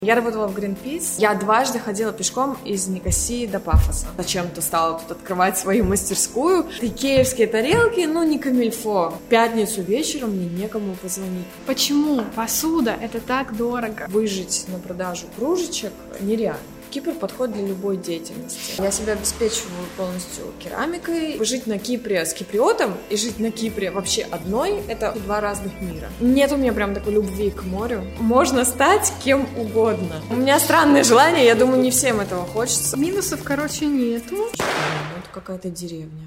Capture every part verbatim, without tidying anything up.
Я работала в Greenpeace. Я дважды ходила пешком из Никосии до Пафоса. Зачем-то стала тут открывать свою мастерскую. Икеевские тарелки, ну, не камильфо. В пятницу вечером мне некому позвонить. Почему? Посуда — это так дорого. Выжить на продажу кружечек нереально. Кипр подходит для любой деятельности. Я себя обеспечиваю полностью керамикой. Жить на Кипре с киприотом и жить на Кипре вообще одной — это два разных мира. Нет у меня прям такой любви к морю. Можно стать кем угодно. У меня странное желание, я думаю, не всем этого хочется. Минусов, короче, нету. Ну, это какая-то деревня.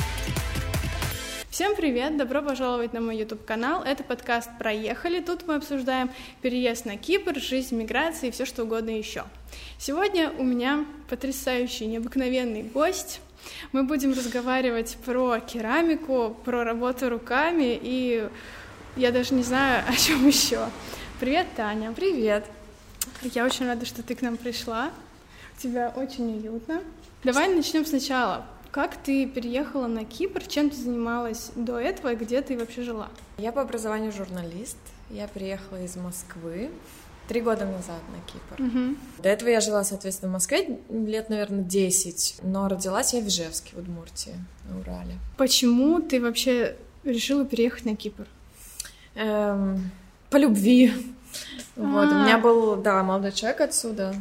Всем привет! Добро пожаловать на мой YouTube-канал. Это подкаст «Проехали». Тут мы обсуждаем переезд на Кипр, жизнь, миграции и все что угодно еще. Сегодня у меня потрясающий, необыкновенный гость. Мы будем разговаривать про керамику, про работу руками и я даже не знаю, о чем еще. Привет, Таня! Привет! Я очень рада, что ты к нам пришла. У тебя очень уютно. Давай начнем сначала. Как ты переехала на Кипр? Чем ты занималась до этого и где ты вообще жила? Я по образованию журналист. Я приехала из Москвы три года назад на Кипр. Угу. До этого я жила, соответственно, в Москве лет, наверное, десять, но родилась я в Ижевске, в Удмуртии, на Урале. Почему ты вообще решила переехать на Кипр? Эм, по любви. Вот. У меня был, да, молодой человек отсюда,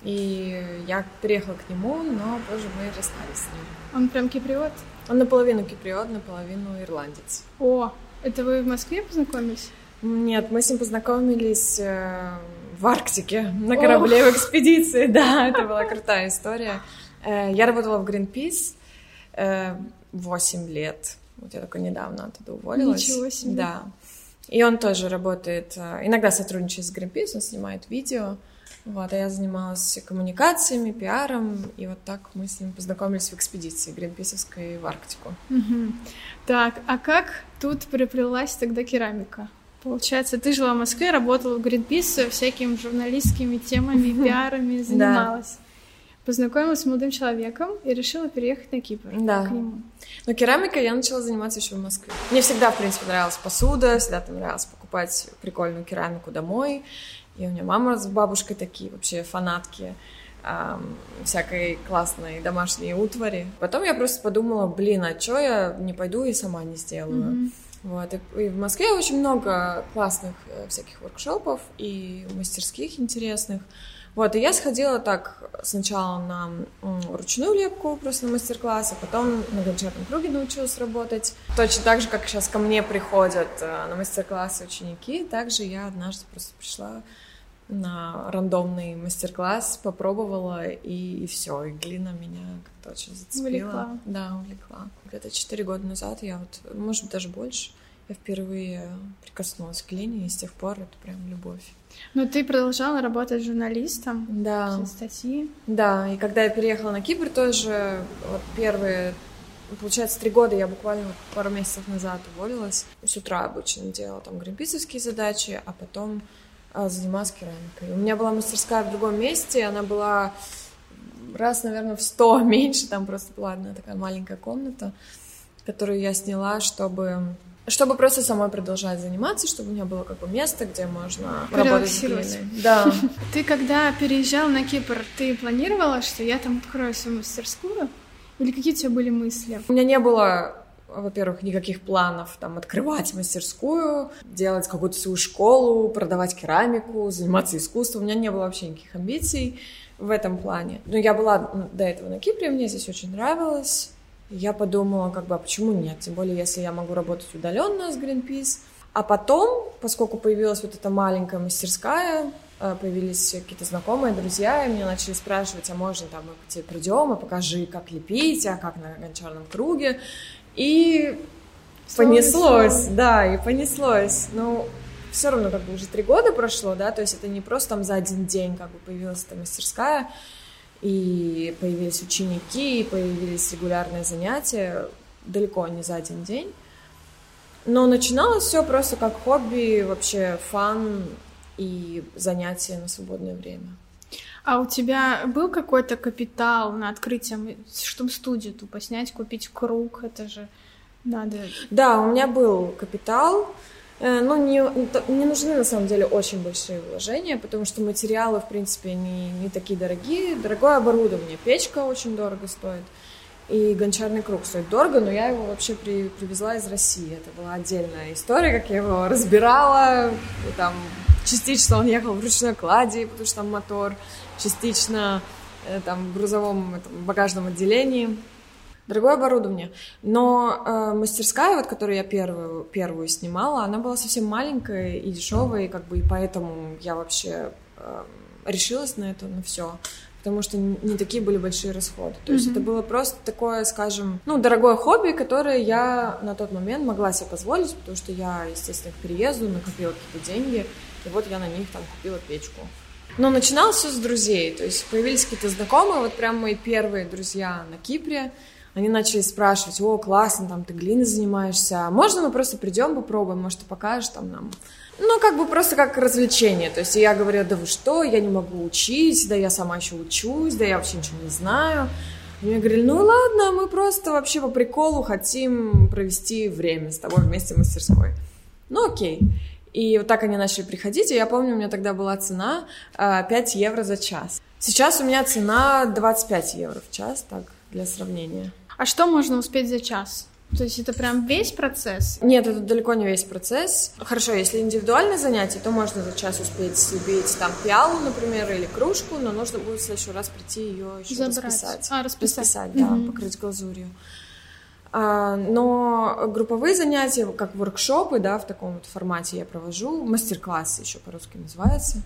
и я переехала к нему, но позже мы расстались с ним. Он прям киприот? Он наполовину киприот, наполовину ирландец. О, это вы в Москве познакомились? Нет, мы с ним познакомились э, в Арктике, на корабле в экспедиции. Да, это была крутая история. Э, я работала в Greenpeace э, восемь лет. Вот я только недавно оттуда уволилась. Ничего себе. Да. И он тоже работает, э, иногда сотрудничает с Greenpeace, он снимает видео. Вот, а я занималась коммуникациями, пиаром, и вот так мы с ним познакомились в экспедиции гринписовской в Арктику. Угу. Так, а как тут приплелась тогда керамика? Получается, ты жила в Москве, работала в Greenpeace, всякими журналистскими темами, пиарами занималась. Познакомилась с молодым человеком и решила переехать на Кипр. Да. К нему. Но керамикой я начала заниматься еще в Москве. Мне всегда, в принципе, нравилась посуда, всегда там нравилось покупать прикольную керамику домой. И у меня мама с бабушкой такие вообще фанатки эм, всякой классной домашней утвари. Потом я просто подумала, блин, а чё я не пойду и сама не сделаю? Mm-hmm. Вот. И, и в Москве очень много классных э, всяких воркшопов и мастерских интересных. Вот, и я сходила так сначала на м, ручную лепку, просто на мастер-класс, а потом на гончарном круге научилась работать. Точно так же, как сейчас ко мне приходят э, на мастер-классы ученики, также я однажды просто пришла на рандомный мастер-класс, попробовала, и, и все, и глина меня как-то очень зацепила. Увлекла. Да, увлекла. Где-то четыре года назад я вот, может быть, даже больше, я впервые прикоснулась к глине, и с тех пор это прям любовь. Но ты продолжала работать журналистом? Да. Статьи? Да, и когда я переехала на Кипр, тоже вот первые, получается, три года я буквально вот пару месяцев назад уволилась. С утра обычно делала там гринписовские задачи, а потом занималась керамикой. У меня была мастерская в другом месте, она была раз, наверное, в сто меньше, там просто была одна такая маленькая комната, которую я сняла, чтобы, чтобы просто самой продолжать заниматься, чтобы у меня было как бы место, где можно работать с глиной. Да. Ты когда переезжала на Кипр, ты планировала, что я там открою свою мастерскую? Или какие у тебя были мысли? У меня не было, во-первых, никаких планов там открывать мастерскую, делать какую-то свою школу, продавать керамику, заниматься искусством. У меня не было вообще никаких амбиций в этом плане. Но я была до этого на Кипре, мне здесь очень нравилось. Я подумала, как бы, а почему нет? Тем более, если я могу работать удаленно с Greenpeace. А потом, поскольку появилась вот эта маленькая мастерская, появились какие-то знакомые, друзья, и меня начали спрашивать, а можно там мы к тебе придем и покажи, как лепить, а как на гончарном круге. И слово понеслось, слово. Да, и понеслось. Но все равно как бы уже три года прошло, да, то есть это не просто там за один день как бы появилась эта мастерская, и появились ученики, и появились регулярные занятия, далеко не за один день. Но начиналось все просто как хобби, вообще фан и занятия на свободное время. А у тебя был какой-то капитал на открытие, чтобы студию тупо снять, купить круг? Это же надо... Да, у меня был капитал. Ну, не, не нужны, на самом деле, очень большие вложения, потому что материалы, в принципе, не, не такие дорогие. Дорогое оборудование. Печка очень дорого стоит. И гончарный круг стоит дорого, но я его вообще при, привезла из России. Это была отдельная история, как я его разбирала. И там частично он ехал в ручной клади, потому что там мотор. Частично там, в грузовом этом, багажном отделении. Дорогое оборудование. Но э, мастерская, вот, которую я первую, первую снимала, она была совсем маленькая и дешевая, и, как бы, и поэтому я вообще э, решилась на это, на все, потому что не такие были большие расходы. То есть mm-hmm. это было просто такое, скажем, ну, дорогое хобби, которое я на тот момент могла себе позволить, потому что я, естественно, к переезду накопила какие-то деньги, и вот я на них там купила печку. Но начиналось все с друзей, то есть появились какие-то знакомые, вот прям мои первые друзья на Кипре. Они начали спрашивать: о, классно, там ты глиной занимаешься, можно мы просто придем попробуем, может, ты покажешь там нам? Ну, как бы просто как развлечение, то есть я говорю: да вы что, я не могу учить, да я сама еще учусь, да я вообще ничего не знаю. И мне говорили: ну ладно, мы просто вообще по приколу хотим провести время с тобой вместе в мастерской. Ну, окей. И вот так они начали приходить, и я помню, у меня тогда была цена пять евро за час. Сейчас у меня цена двадцать пять евро в час, так, для сравнения. А что можно успеть за час? То есть это прям весь процесс? Нет, это далеко не весь процесс. Хорошо, если индивидуальное занятие, то можно за час успеть слепить там пиалу, например, или кружку, но нужно будет в следующий раз прийти ее еще Забрать. расписать. А, расписать. Расписать, mm-hmm. да, покрыть глазурью. А, но групповые занятия, как воркшопы, да, в таком вот формате я провожу, мастер-классы еще по-русски называется.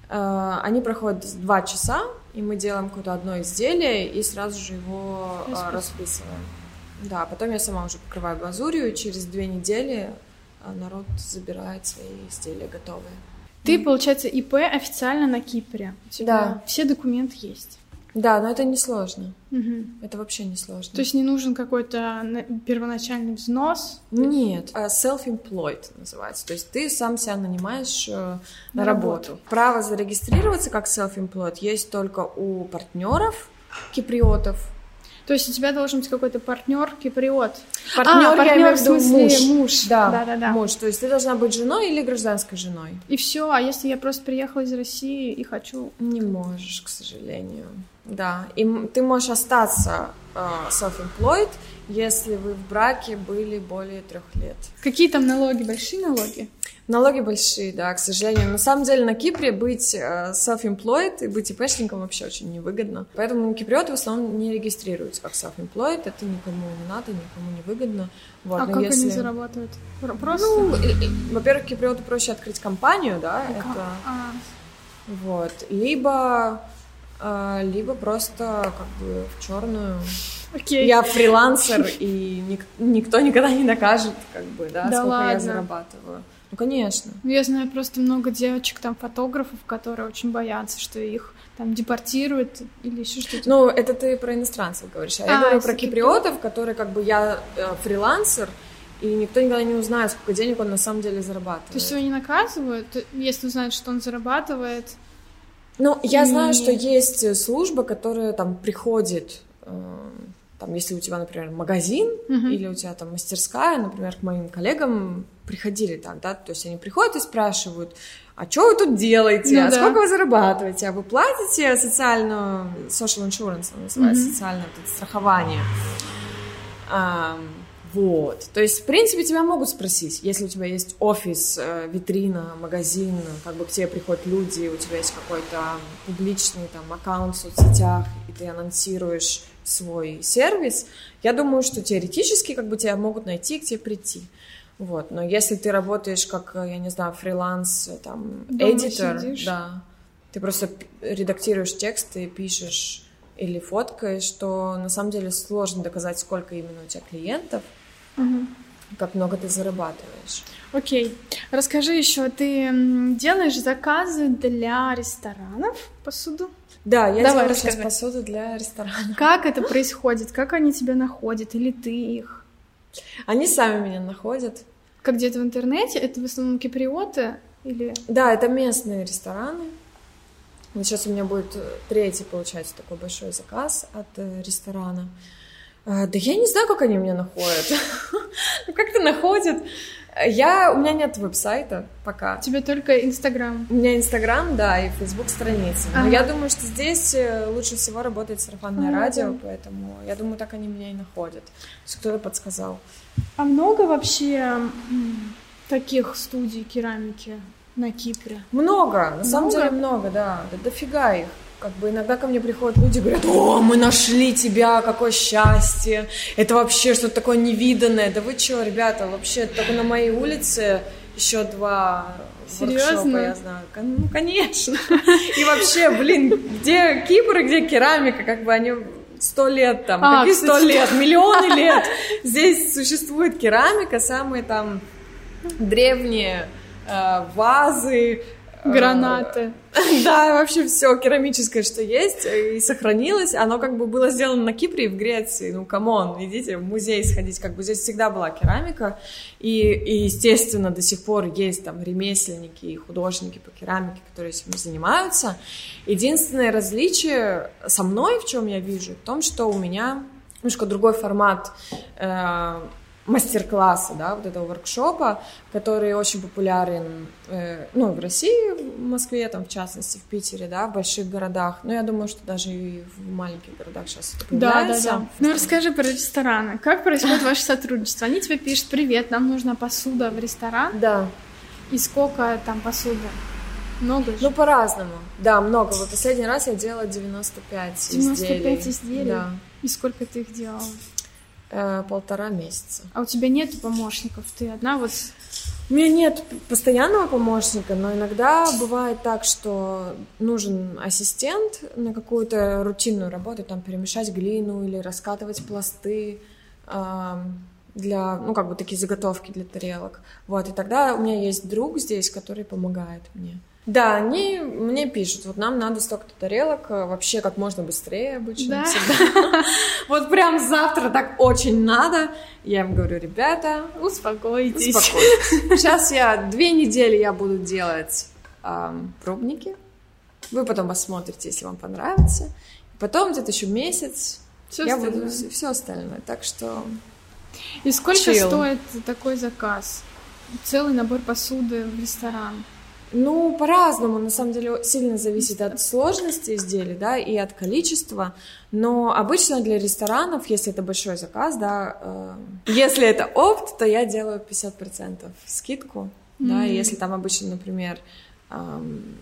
Они проходят два часа, и мы делаем какое-то одно изделие и сразу же его Распис... расписываем. Да, потом я сама уже покрываю глазурью, и через две недели народ забирает свои изделия готовые. Ты, получается, ИП официально на Кипре. У тебя да. Все документы есть. Да, но это не сложно. Угу. Это вообще не сложно. То есть не нужен какой-то первоначальный взнос? Нет, self-employed называется. То есть ты сам себя нанимаешь на, на работу. работу. Право зарегистрироваться как self-employed есть только у партнеров киприотов. То есть у тебя должен быть какой-то партнер киприот. Партнер, а, партнер, я имею в в виду смысле муж. муж. Да, да, да, да. Муж. То есть ты должна быть женой или гражданской женой. И все. А если я просто приехала из России и хочу? Не можешь, к сожалению. Да. И ты можешь остаться э, self-employed, если вы в браке были более трех лет. Какие там налоги? Большие налоги? Налоги большие, да, к сожалению. На самом деле на Кипре быть self-employed и быть ИПшником вообще очень невыгодно. Поэтому киприоты в основном не регистрируются как self-employed. Это никому не надо, никому не выгодно. Вот. А Но как если... они зарабатывают? Просто? Ну, во-первых, киприоту проще открыть компанию, да, а это... А. Вот. Либо... либо просто как бы в черную. Okay. Я фрилансер, и ник- никто никогда не докажет, как бы, да, да сколько ладно. я зарабатываю. Ну, конечно. Я знаю просто много девочек, там, фотографов, которые очень боятся, что их там депортируют или еще что-то. Ну, это ты про иностранцев говоришь, а, а я говорю про киприотов, которые, как бы, я э, фрилансер, и никто никогда не узнает, сколько денег он на самом деле зарабатывает. То есть его не наказывают, если узнают, что он зарабатывает? Ну, я и... знаю, что есть служба, которая там приходит... Э, Там, если у тебя, например, магазин uh-huh. или у тебя там мастерская, например, к моим коллегам приходили так, да, то есть они приходят и спрашивают: а что вы тут делаете, ну, а да. сколько вы зарабатываете, а вы платите социальную, social insurance, называется, uh-huh. социальное вот, страхование. А, вот, то есть, в принципе, тебя могут спросить, если у тебя есть офис, витрина, магазин, как бы к тебе приходят люди, у тебя есть какой-то публичный там аккаунт в соцсетях, и ты анонсируешь свой сервис, я думаю, что теоретически как бы тебя могут найти и к тебе прийти. Вот. Но если ты работаешь как, я не знаю, фриланс, там, эдитор, да, ты просто редактируешь тексты, пишешь или фоткаешь, то на самом деле сложно доказать, сколько именно у тебя клиентов, угу. как много ты зарабатываешь. Окей. Расскажи еще, ты делаешь заказы для ресторанов посуду? Да, я Давай, делаю расскажи. сейчас посуду для ресторана. Как это происходит? Как они тебя находят? Или ты их? Они сами меня находят. Как где-то в интернете? Это в основном киприоты? Или... Да, это местные рестораны. Вот сейчас у меня будет третий, получается, такой большой заказ от ресторана. Да я не знаю, как они меня находят. Как-то находят. Я, у меня нет веб-сайта пока. У тебя только Инстаграм. У меня Инстаграм, да, и Фейсбук страница. Но ага. я думаю, что здесь лучше всего работает сарафанное ага, радио, да. поэтому я думаю, так они меня и находят. Если кто-то подсказал. А много вообще таких студий керамики на Кипре? Много, на много? самом деле много, да, да дофига их. Как бы иногда ко мне приходят люди и говорят: о, мы нашли тебя, какое счастье, это вообще что-то такое невиданное. Да вы что, ребята, вообще только на моей улице еще два Серьезно? воркшопа, я знаю. Ну, конечно. И вообще, блин, где Кипр и где керамика, как бы они сто лет там, а, какие сто лет, миллионы лет. Здесь существует керамика, самые там древние э, вазы, гранаты. Да, вообще все керамическое, что есть, и сохранилось. Оно как бы было сделано на Кипре и в Греции. Ну, камон, идите в музей сходить. Как бы здесь всегда была керамика. И, и, естественно, до сих пор есть там ремесленники и художники по керамике, которые этим занимаются. Единственное различие со мной, в чем я вижу, в том, что у меня немножко другой формат э, мастер-класса, да, вот этого воркшопа, который очень популярен, э, ну, в России, в Москве, там, в частности, в Питере, да, в больших городах. Но я думаю, что даже и в маленьких городах сейчас это появляется. Да, да, да. Ну, расскажи про рестораны. Как происходит ваше сотрудничество? Они тебе пишут: привет, нам нужна посуда в ресторан. Да. И сколько там посуды? Много же? Ну, по-разному. Да, много. Вот последний раз я делала девяносто пять изделий. девяносто пять изделий? Да. И сколько ты их делала? Полтора месяца. А у тебя нет помощников? Ты одна вот... У меня нет постоянного помощника, но иногда бывает так, что нужен ассистент на какую-то рутинную работу, там перемешать глину или раскатывать пласты э, для, ну, как бы такие заготовки для тарелок. Вот, и тогда у меня есть друг здесь, который помогает мне. Да, они мне пишут: вот нам надо столько-то тарелок, вообще как можно быстрее обычно. Да? Всегда. Вот прям завтра так очень надо. Я им говорю: ребята, успокойтесь. успокойтесь. Сейчас я две недели я буду делать эм, пробники. Вы потом посмотрите, если вам понравится. Потом где-то еще месяц все я остальное. буду все, все остальное. Так что... И сколько chill. стоит такой заказ? Целый набор посуды в ресторан? Ну, по-разному, на самом деле, сильно зависит от сложности изделий, да, и от количества, но обычно для ресторанов, если это большой заказ, да, э, если это опт, то я делаю пятьдесят процентов скидку, mm-hmm. да, и если там обычно, например, э,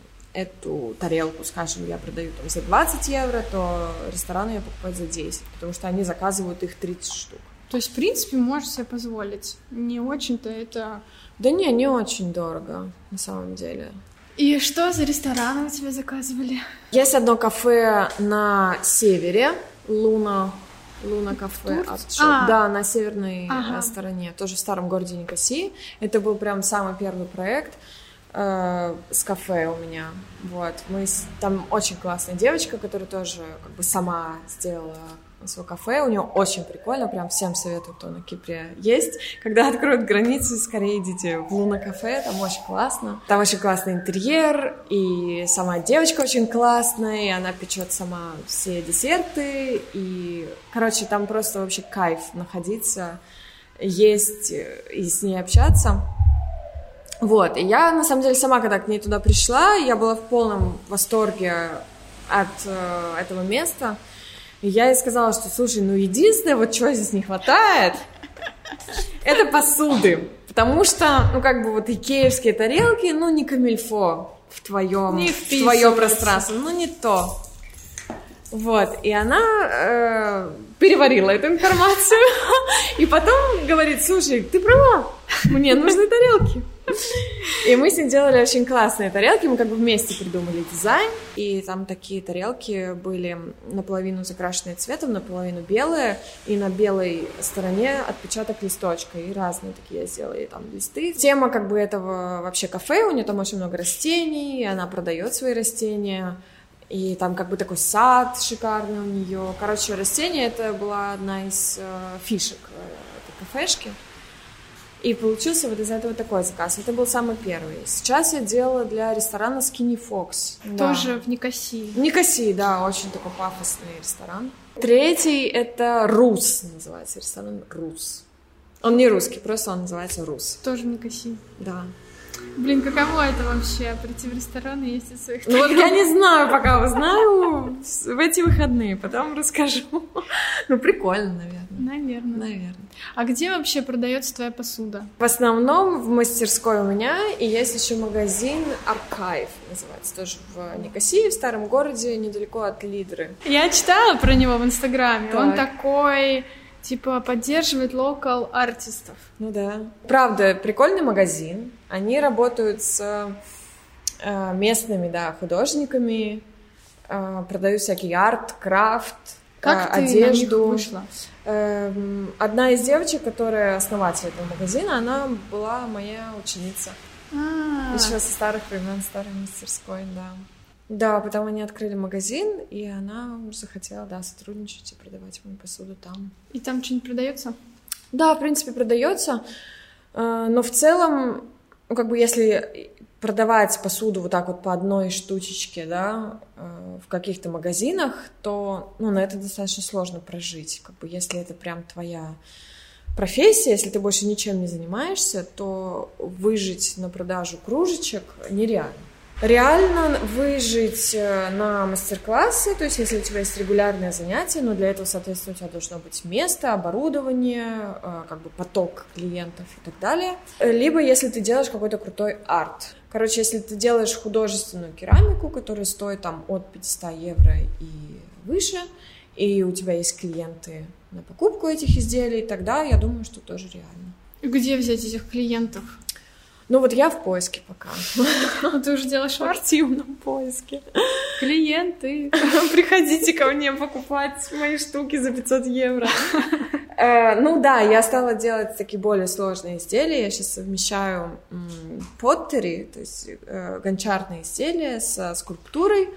эту тарелку, скажем, я продаю там за двадцать евро, то рестораны я покупаю за десять, потому что они заказывают их тридцать штук. То есть, в принципе, можешь себе позволить, не очень-то это... Да не, не очень дорого, на самом деле. И что за рестораны у тебя заказывали? Есть одно кафе на севере, Луна, Луна кафе. От а. Да, на северной ага. стороне, тоже в старом городе Никосии. Это был прям самый первый проект э, с кафе у меня. Вот, мы там очень классная девочка, которая тоже как бы сама сделала свое кафе, у нее очень прикольно, прям всем советую, кто на Кипре есть. Когда откроют границы, скорее идите в Луна кафе, там очень классно. Там очень классный интерьер, и сама девочка очень классная, и она печет сама все десерты, и, короче, там просто вообще кайф находиться, есть и с ней общаться. Вот, и я, на самом деле, сама, когда к ней туда пришла, я была в полном восторге от э, этого места. И я ей сказала, что, слушай, ну единственное, вот чего здесь не хватает, это посуды. Потому что, ну как бы вот икеевские тарелки, ну не камильфо в твоем, в твое пространство, ну не то. Вот, и она э, переварила эту информацию, и потом говорит: слушай, ты права, мне нужны тарелки. И мы с ней делали очень классные тарелки, мы как бы вместе придумали дизайн, и там такие тарелки были наполовину закрашенные цветом, наполовину белые, и на белой стороне отпечаток листочка, и разные такие я сделала, и там листы. Тема как бы этого вообще кафе, у нее там очень много растений, она продает свои растения, и там как бы такой сад шикарный у нее. Короче, растения — это была одна из э, фишек этой кафешки. И получился вот из этого такой заказ. Это был самый первый. Сейчас я делала для ресторана Skinny Fox. Тоже да. в Никосии. В Никосии, да, очень такой пафосный ресторан. Третий — это Рус, называется ресторан Рус. Он не русский, просто он называется Рус. Тоже в Никосии. Да. Блин, каково это вообще, прийти в ресторан и есть своих... Ну вот я не знаю пока, узнаю в эти выходные, потом расскажу. Ну, прикольно, наверное. Наверное. Наверное. А где вообще продается твоя посуда? В основном в мастерской у меня, и есть еще магазин Archive, называется, тоже в Никосии, в старом городе, недалеко от Лидры. Я читала про него в Инстаграме, Так. он такой... Типа поддерживает локал артистов. Ну да. Правда, прикольный магазин. Они работают с э, местными, да, художниками, э, продают всякий арт, крафт, как э, ты одежду. на них вышла? Э, одна из девочек, которая основатель этого магазина, она была моя ученица. А-а-а. Еще со старых времен, старой мастерской, да. Да, потом они открыли магазин, и она захотела, да, сотрудничать и продавать мою посуду там. И там что-нибудь продается? Да, в принципе, продается, но в целом, ну, как бы, если продавать посуду вот так вот по одной штучечке, да, в каких-то магазинах, то, ну, на это достаточно сложно прожить. Как бы, если это прям твоя профессия, если ты больше ничем не занимаешься, то выжить на продажу кружечек нереально. Реально выжить на мастер-классы, то есть если у тебя есть регулярное занятие, но для этого, соответственно, у тебя должно быть место, оборудование, как бы поток клиентов и так далее. Либо если ты делаешь какой-то крутой арт. Короче, если ты делаешь художественную керамику, которая стоит там от пятьсот евро и выше, и у тебя есть клиенты на покупку этих изделий, тогда я думаю, что тоже реально. Где взять этих клиентов? Ну вот я в поиске пока. Ты уже делаешь в активном поиске. Клиенты. Приходите ко мне покупать мои штуки за пятьсот евро. Ну да, я стала делать такие более сложные изделия. Я сейчас совмещаю поттери, то есть гончарные изделия со скульптурой.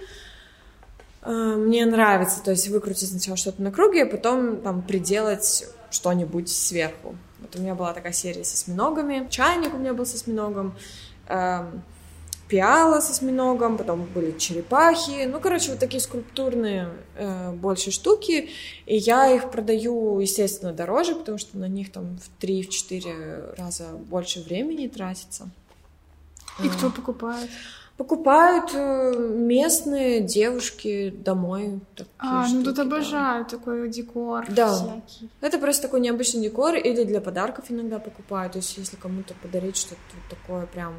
Мне нравится, то есть выкрутить сначала что-то на круге, а потом там приделать что-нибудь сверху. Вот у меня была такая серия с осьминогами, чайник у меня был с осьминогом, эм, пиала с осьминогом, потом были черепахи, ну, короче, вот такие скульптурные э, больше штуки, и я их продаю, естественно, дороже, потому что на них там в три-четыре раза больше времени тратится. И кто покупает? Покупают местные девушки домой. А, штуки, ну тут да. обожают такой декор да. всякий. Это просто такой необычный декор, или для подарков иногда покупают. То есть если кому-то подарить что-то такое прям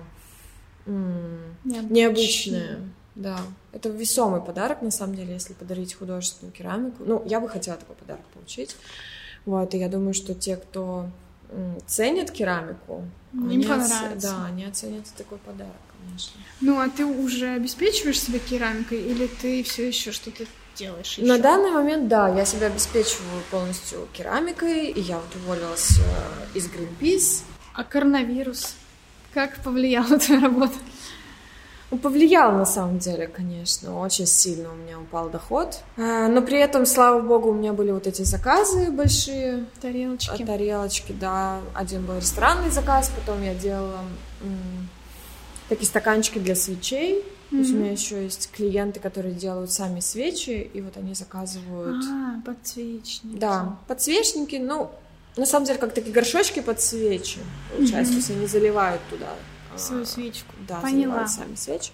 м- необычное. необычное. Да, это весомый подарок, на самом деле, если подарить художественную керамику. Ну, я бы хотела такой подарок получить. Вот, и я думаю, что те, кто м- ценит керамику, им они понравится. Оц... Да, они оценят такой подарок, конечно. Ну, а ты уже обеспечиваешь себя керамикой, или ты все еще что-то делаешь? Еще? На данный момент, да, я себя обеспечиваю полностью керамикой, и я вот уволилась э, из Greenpeace. А коронавирус как повлиял на твою работу? Ну, повлиял, на самом деле, конечно, очень сильно у меня упал доход, э, но при этом, слава богу, у меня были вот эти заказы большие. Тарелочки. Тарелочки, да. Один был ресторанный заказ, потом я делала м- такие стаканчики для свечей. Mm-hmm. То есть у меня еще есть клиенты, которые делают сами свечи, и вот они заказывают... А, подсвечники. Да, подсвечники, ну, на самом деле, как такие горшочки под свечи, получается, mm-hmm. то есть они заливают туда... Свою свечку. Да, поняла. заливают сами свечи.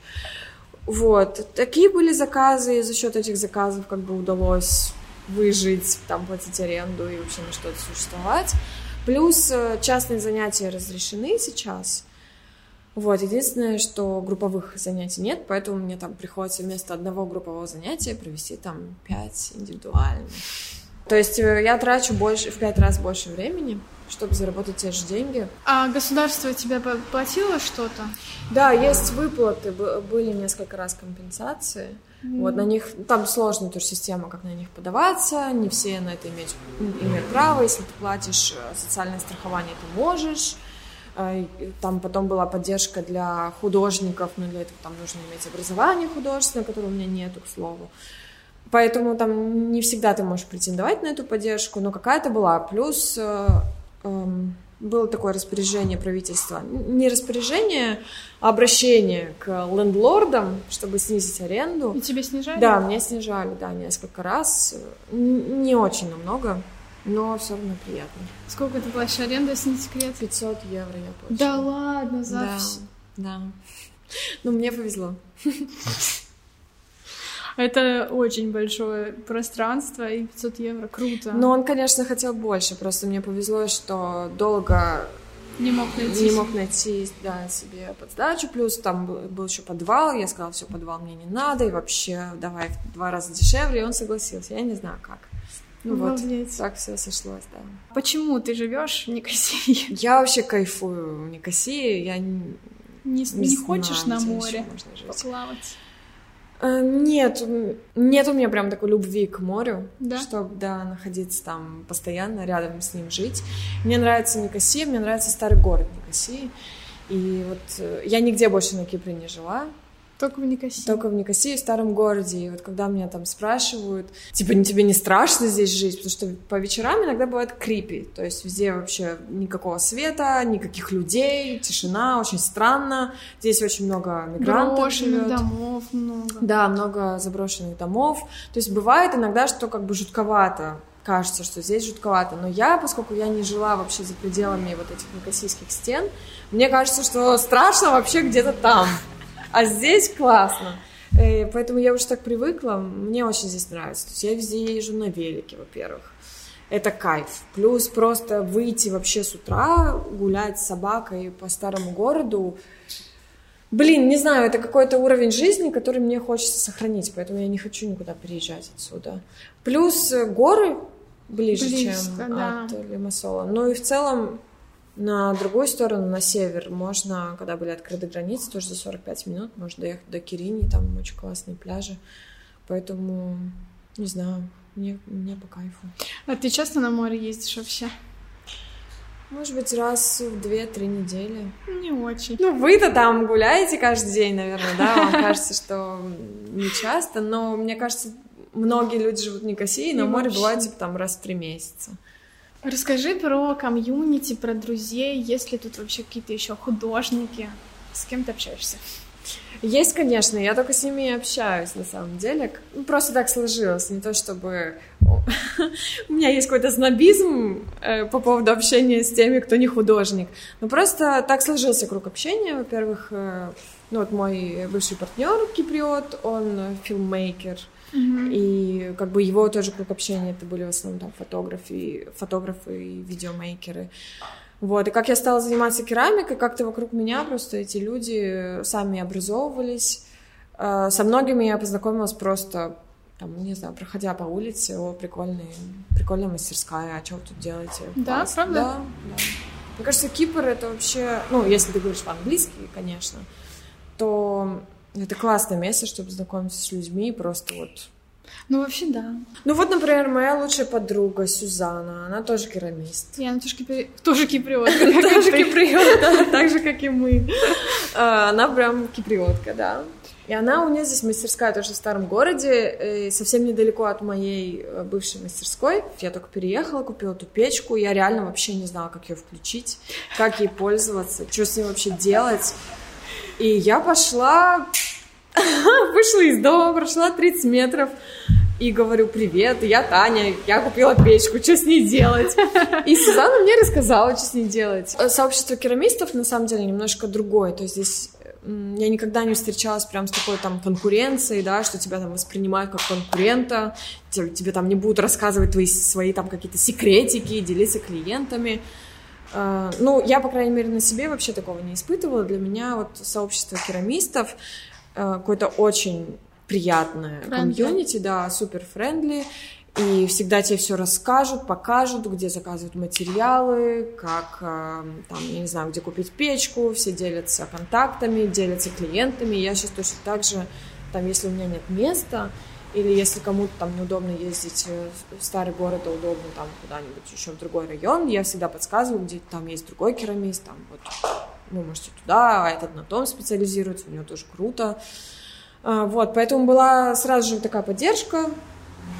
Вот, такие были заказы, и за счет этих заказов как бы удалось выжить, там, платить аренду и вообще на что-то существовать. Плюс частные занятия разрешены сейчас. Вот, единственное, что групповых занятий нет, поэтому мне там приходится вместо одного группового занятия провести там пять индивидуальных. То есть я трачу больше, в пять раз больше времени, чтобы заработать те же деньги. А государство тебе платило что-то? Да, есть выплаты, были несколько раз компенсации. Mm. Вот, на них, там сложная тоже система, как на них подаваться, не все на это имеют, имеют право. Если ты платишь социальное страхование, ты можешь. Там потом была поддержка для художников, но для этого там нужно иметь образование художественное, которого у меня нету, к слову. Поэтому там не всегда ты можешь претендовать на эту поддержку, но какая-то была. Плюс э, э, было такое распоряжение правительства. Не распоряжение, а обращение к лендлордам, чтобы снизить аренду. И тебе снижали? Да, мне снижали, да, несколько раз. Не очень намного. но все равно приятно. Сколько ты платишь аренду, если не секрет? пятьсот евро я плачу. Да ладно, за да, все. Да. Ну, мне повезло. Это очень большое пространство, и пятьсот евро, круто. Ну, он, конечно, хотел больше, просто мне повезло, что долго не мог найти, не мог найти да, себе под сдачу, плюс там был, был еще подвал, я сказала, все, подвал мне не надо, и вообще давай в два раза дешевле, и он согласился, я не знаю как. Ну Обалдеть. Вот, так все сошлось, да. Почему ты живешь в Никосии? Я вообще кайфую в Никосии, я не, не, не, не знаю, хочешь на море жить. поплавать? Нет, нет у меня прям такой любви к морю, да? чтобы, да, находиться там постоянно, рядом с ним жить. Мне нравится Никосия, мне нравится старый город Никосии. И вот я нигде больше на Кипре не жила. Только в Никосии? Только в Никосии, в старом городе. И вот когда меня там спрашивают, типа, тебе не страшно здесь жить? Потому что по вечерам иногда бывает крипи. То есть везде вообще никакого света, никаких людей, тишина, очень странно. Здесь очень много мигрантов Брошенных живет. домов много. Да, много заброшенных домов. То есть бывает иногда, что как бы жутковато. Кажется, что здесь жутковато. Но я, поскольку я не жила вообще за пределами вот этих никосийских стен, мне кажется, что страшно вообще где-то там. А здесь классно. И поэтому я уже так привыкла. Мне очень здесь нравится. То есть я везде езжу на велике, во-первых. Это кайф. Плюс просто выйти вообще с утра, гулять с собакой по старому городу. Блин, не знаю, это какой-то уровень жизни, который мне хочется сохранить. Поэтому я не хочу никуда переезжать отсюда. Плюс горы ближе, Близко, чем да. от Лимассола. Ну и в целом на другую сторону, на север, можно, когда были открыты границы, тоже за сорок пять минут можно доехать до Кирини, там очень классные пляжи. Поэтому, не знаю, мне, мне по кайфу. А ты часто на море ездишь вообще? Может быть, раз в две-три недели. Не очень. Ну, вы-то там гуляете каждый день, наверное, да? Вам кажется, что не часто, но мне кажется, многие люди живут в Никосии, на море бывает типа там раз в три месяца. Расскажи про комьюнити, про друзей, есть ли тут вообще какие-то еще художники, с кем ты общаешься? Есть, конечно, я только с ними и общаюсь, на самом деле. Ну, просто так сложилось, не то чтобы... У меня есть какой-то снобизм э, по поводу общения с теми, кто не художник. Но просто так сложился круг общения. Во-первых, э, ну вот мой бывший партнер киприот, он филммейкер. Mm-hmm. И как бы его тоже круг общения это были в основном там фотографы, фотографы и видеомейкеры. Вот, и как я стала заниматься керамикой, как-то вокруг меня просто эти люди сами образовывались. Со многими я познакомилась просто, там, не знаю, проходя по улице, о, прикольный, прикольная мастерская, а что вы тут делаете? Да, Класс. правда? Да, да. Мне кажется, Кипр это вообще, ну, если ты говоришь по-английски, конечно, то это классное место, чтобы знакомиться с людьми, просто вот... Ну, вообще, да. Ну, вот, например, моя лучшая подруга Сюзанна, она тоже керамист. И она тоже, кипри... тоже киприотка. Тоже киприотка, так же, как и мы. Она прям киприотка, да. И она у нее здесь мастерская тоже в старом городе, совсем недалеко от моей бывшей мастерской. Я только переехала, купила эту печку, я реально вообще не знала, как ее включить, как ей пользоваться, что с ней вообще делать. И я пошла... Вышла из дома, прошла тридцать метров и говорю: привет, я Таня, я купила печку, что с ней делать? И Сюзанна мне рассказала, что с ней делать. Сообщество керамистов на самом деле немножко другое, то есть здесь я никогда не встречалась прям с такой там конкуренцией, да, что тебя там воспринимают как конкурента, тебе, тебе там не будут рассказывать твои, свои там какие-то секретики, делиться клиентами. Uh, ну, я, по крайней мере, на себе вообще такого не испытывала. Для меня вот сообщество керамистов uh, какое-то очень приятное комьюнити, да, супер френдли, и всегда тебе все расскажут, покажут, где заказывать материалы, как, uh, там, я не знаю, где купить печку, все делятся контактами, делятся клиентами. Я сейчас точно так же, там, если у меня нет места, или если кому-то там неудобно ездить в старый город, а удобно там куда-нибудь еще в другой район, я всегда подсказываю, где там есть другой керамист, там вот вы можете туда, а этот на том специализируется, у него тоже круто. Вот, поэтому была сразу же такая поддержка.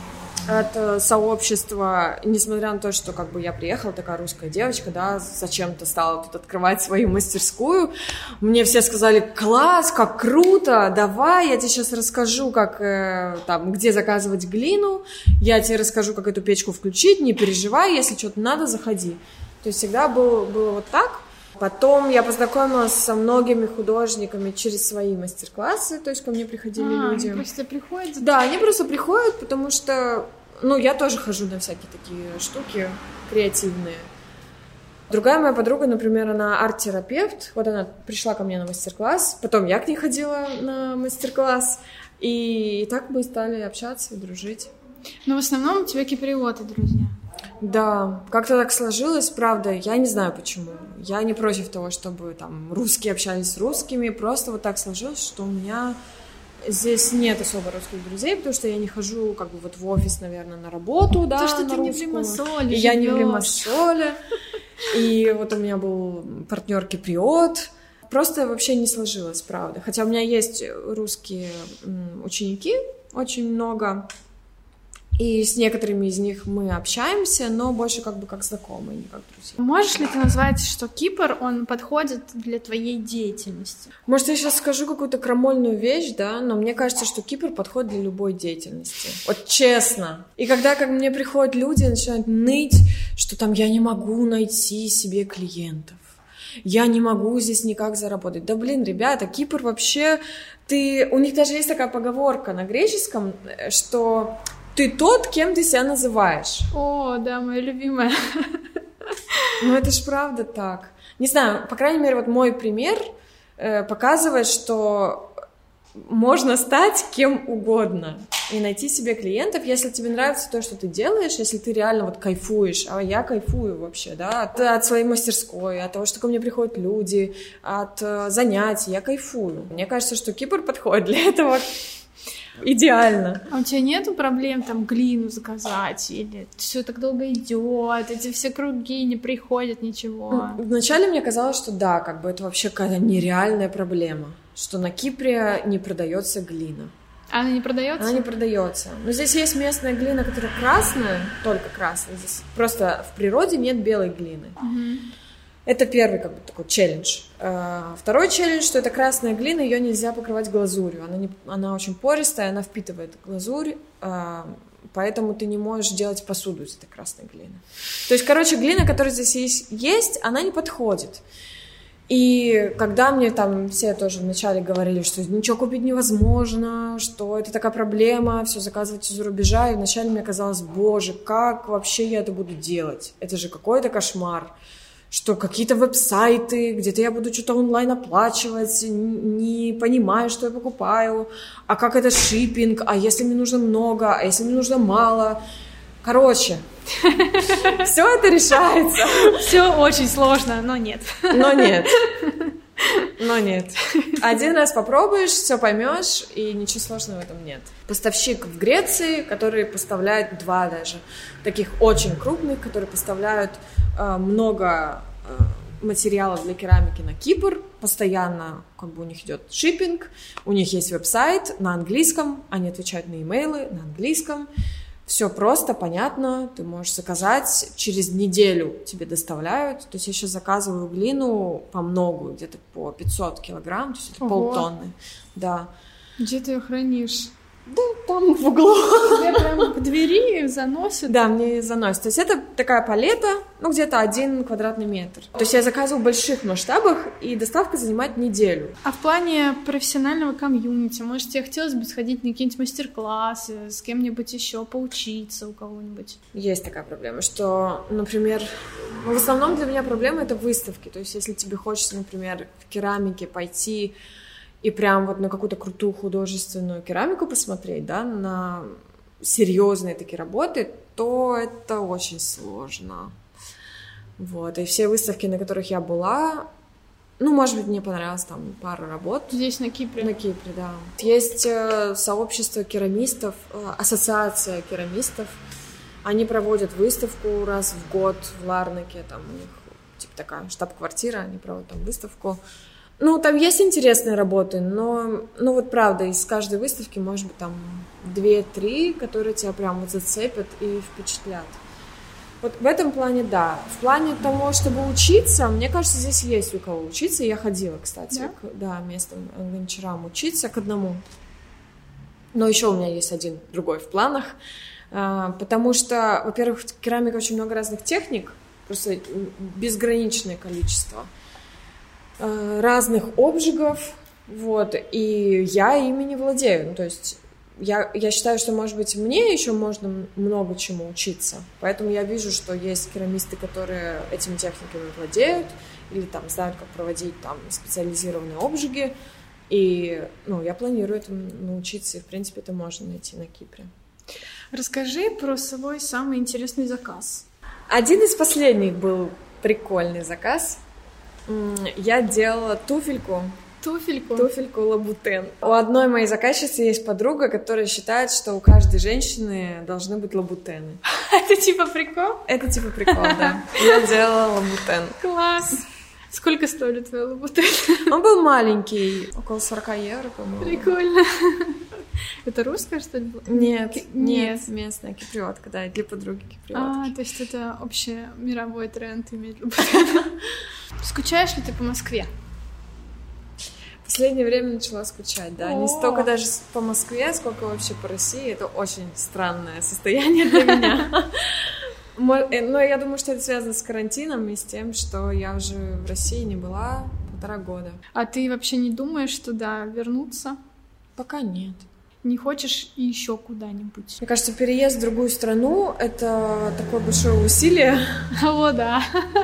от сообщества, несмотря на то, что как бы я приехала, такая русская девочка, да, зачем-то стала тут открывать свою мастерскую. Мне все сказали: класс, как круто, давай, я тебе сейчас расскажу, как э, там, где заказывать глину, я тебе расскажу, как эту печку включить, не переживай, если что-то надо, заходи. То есть всегда было, было вот так. Потом я познакомилась со многими художниками через свои мастер-классы, то есть ко мне приходили а, люди. Они просто приходят? Да, они просто приходят, потому что, ну, я тоже хожу на всякие такие штуки креативные. Другая моя подруга, например, она арт-терапевт, вот она пришла ко мне на мастер-класс, потом я к ней ходила на мастер-класс, и так мы стали общаться и дружить. Но в основном у тебя киприоты, друзья. Да, как-то так сложилось, правда, я не знаю почему. Я не против того, чтобы там русские общались с русскими, просто вот так сложилось, что у меня здесь нет особо русских друзей, потому что я не хожу как бы вот в офис, наверное, на работу, да, то, что на ты русскую. не в Лимассоле И я не в Лимассоле, и вот у меня был партнер киприот, просто вообще не сложилось, правда. Хотя у меня есть русские ученики, очень много. И с некоторыми из них мы общаемся, но больше как бы как знакомые, не как друзья. Можешь ли ты назвать, что Кипр, он подходит для твоей деятельности? Может, я сейчас скажу какую-то крамольную вещь, да, но мне кажется, что Кипр подходит для любой деятельности. Вот честно. И когда как мне приходят люди и начинают ныть, что там я не могу найти себе клиентов, я не могу здесь никак заработать. Да блин, ребята, Кипр вообще... ты... У них даже есть такая поговорка на греческом, что... ты тот, кем ты себя называешь. О, да, моя любимая. Ну, это ж правда так. Не знаю, по крайней мере, вот мой пример э, показывает, что можно стать кем угодно и найти себе клиентов, если тебе нравится то, что ты делаешь, если ты реально вот кайфуешь, а я кайфую вообще, да, от, от своей мастерской, от того, что ко мне приходят люди, от э, занятий, я кайфую. Мне кажется, что Кипр подходит для этого идеально. А у тебя нету проблем там глину заказать? Или все так долго идет, эти все круги не приходят, ничего? Вначале мне казалось, что да, как бы это вообще какая-то нереальная проблема, что на Кипре не продается глина. Она не продается? Она не продается. Но здесь есть местная глина, которая красная, только красная. Здесь просто в природе нет белой глины. Угу. Это первый как бы такой челлендж. Второй челлендж, что это красная глина, ее нельзя покрывать глазурью. Она, не, она очень пористая, она впитывает глазурь, поэтому ты не можешь делать посуду из этой красной глины. То есть, короче, глина, которая здесь есть, есть, она не подходит. И когда мне там все тоже вначале говорили, что ничего купить невозможно, что это такая проблема, все заказывать из-за рубежа, и вначале мне казалось, боже, как вообще я это буду делать? Это же какой-то кошмар. Что какие-то веб-сайты, где-то я буду что-то онлайн оплачивать, не понимаю, что я покупаю, а как это шиппинг, а если мне нужно много, а если мне нужно мало. Короче, все это решается. Все очень сложно, но нет. Но нет. Но нет. Один раз попробуешь, все поймешь, и ничего сложного в этом нет. Поставщик в Греции, который поставляет два даже, таких очень крупных, которые поставляют э, много э, материалов для керамики на Кипр. Постоянно как бы у них идет шиппинг, у них есть веб-сайт на английском, они отвечают на имейлы на английском. Все просто, понятно, ты можешь заказать, через неделю тебе доставляют. То есть я сейчас заказываю глину по многу, где-то по пятьсот килограмм, то есть это Ого. полтонны. Да. Где ты ее хранишь? Да, там в углу. Тебя прям к двери заносят? Да, мне заносят. То есть это такая палета, ну, где-то один квадратный метр. То есть я заказываю в больших масштабах, и доставка занимает неделю. А в плане профессионального комьюнити, может, тебе хотелось бы сходить на какие-нибудь мастер-классы, с кем-нибудь еще поучиться у кого-нибудь? Есть такая проблема, что, например, ну, в основном для меня проблема — это выставки. То есть если тебе хочется, например, в керамике пойти и прям вот на какую-то крутую художественную керамику посмотреть, да, на серьезные такие работы, то это очень сложно. Вот. И все выставки, на которых я была, ну, может быть, мне понравилось там пару работ. Здесь, на Кипре? На Кипре, да. Есть э, сообщество керамистов, э, ассоциация керамистов. Они проводят выставку раз в год в Ларнаке, там у них типа такая штаб-квартира, они проводят там выставку. Ну, там есть интересные работы, но, ну вот правда, из каждой выставки, может быть, там две-три, которые тебя прям вот зацепят и впечатлят. Вот в этом плане, да. В плане того, чтобы учиться, мне кажется, здесь есть у кого учиться. Я ходила, кстати, да? к да, местным гончарам учиться к одному. Но еще у меня есть один другой в планах, потому что, во-первых, в керамике очень много разных техник, просто безграничное количество разных обжигов, вот, и я ими не владею, ну, то есть я, я считаю, что, может быть, мне еще можно много чему учиться, поэтому я вижу, что есть керамисты, которые этими техниками владеют, или там знают, как проводить там специализированные обжиги, и, ну, я планирую этому научиться, и, в принципе, это можно найти на Кипре. Расскажи про свой самый интересный заказ. Один из последних был прикольный заказ. Я делала туфельку. Туфельку? Туфельку лабутен. У одной моей заказчицы есть подруга, которая считает, что у каждой женщины должны быть лабутены. Это типа прикол? Это типа прикол, да. Я делала лабутен. Класс! Сколько стоили твои лабутены? Он был маленький, около сорок евро, по-моему. Прикольно. Это русская, что ли, была? Нет, Ки- нет, нет, местная, киприотка, да, для подруги киприотки. А, то есть это общий мировой тренд иметь лабутены. Скучаешь ли ты по Москве? В последнее время начала скучать, да. О. Не столько даже по Москве, сколько вообще по России. Это очень странное состояние для меня. Но я думаю, что это связано с карантином и с тем, что я уже в России не была полтора года. А ты вообще не думаешь туда вернуться? Пока нет. Не хочешь еще куда-нибудь? Мне кажется, переезд в другую страну — это такое большое усилие. О, да.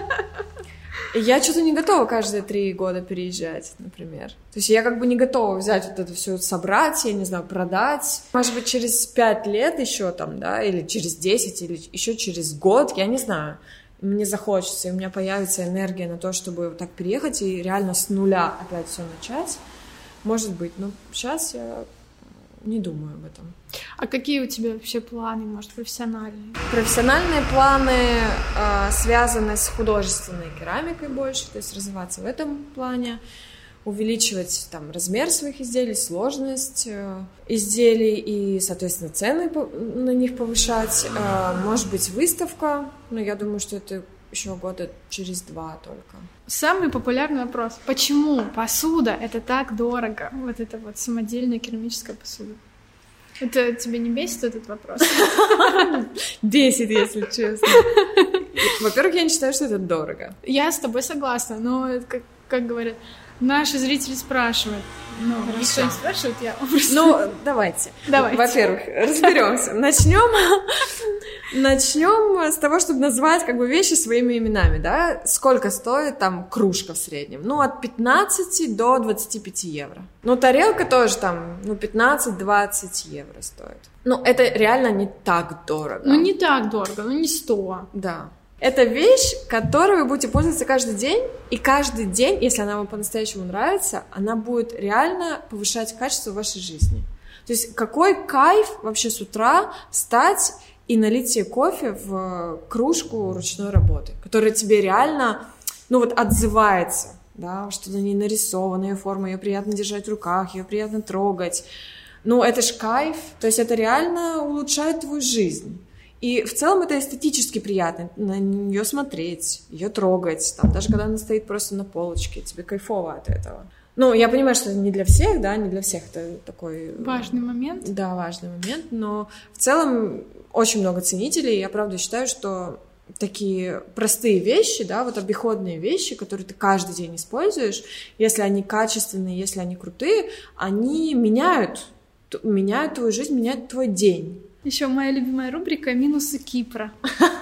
И я что-то не готова каждые три года переезжать, например. То есть я как бы не готова взять вот это все, собрать, я не знаю, продать. Может быть, через пять лет еще там, да, или через десять, или еще через год, я не знаю. Мне захочется, и у меня появится энергия на то, чтобы вот так переехать и реально с нуля опять все начать. Может быть, но сейчас я не думаю об этом. А какие у тебя вообще планы, может, профессиональные? Профессиональные планы э, связаны с художественной керамикой больше, то есть развиваться в этом плане, увеличивать там размер своих изделий, сложность э, изделий и, соответственно, цены по- на них повышать. Э, может быть, выставка, но я думаю, что это еще года через два только. Самый популярный вопрос. Почему посуда — это так дорого? Вот это вот самодельная керамическая посуда. Это тебя не бесит этот вопрос? Бесит, если честно. Во-первых, я не считаю, что это дорого. Я с тобой согласна, но, как, как говорят, наши зрители спрашивают. Ну, никто не спрашивает, я просто... Ну, давайте. Давайте. Во-первых, разберемся. Начнем, начнем с того, чтобы назвать как бы вещи своими именами, да? Сколько стоит там кружка в среднем? Ну, от пятнадцати до двадцати пяти евро. Ну, тарелка тоже там, ну, пятнадцать-двадцать евро стоит. Ну, это реально не так дорого. Ну, не так дорого, ну, не сто. Да. Это вещь, которой вы будете пользоваться каждый день, и каждый день, если она вам по-настоящему нравится, она будет реально повышать качество вашей жизни. То есть какой кайф вообще с утра встать и налить себе кофе в кружку ручной работы, которая тебе реально, ну вот, отзывается, да, что на ней нарисована, ее форма, ее приятно держать в руках, ее приятно трогать. Ну, это ж кайф, то есть это реально улучшает твою жизнь. И в целом это эстетически приятно, на нее смотреть, ее трогать, там, даже когда она стоит просто на полочке, тебе кайфово от этого. Ну, я понимаю, что это не для всех, да, не для всех это такой... Важный момент. Да, важный момент, но в целом очень много ценителей, я правда считаю, что такие простые вещи, да, вот обиходные вещи, которые ты каждый день используешь, если они качественные, если они крутые, они меняют, меняют твою жизнь, меняют твой день. Еще моя любимая рубрика «Минусы Кипра».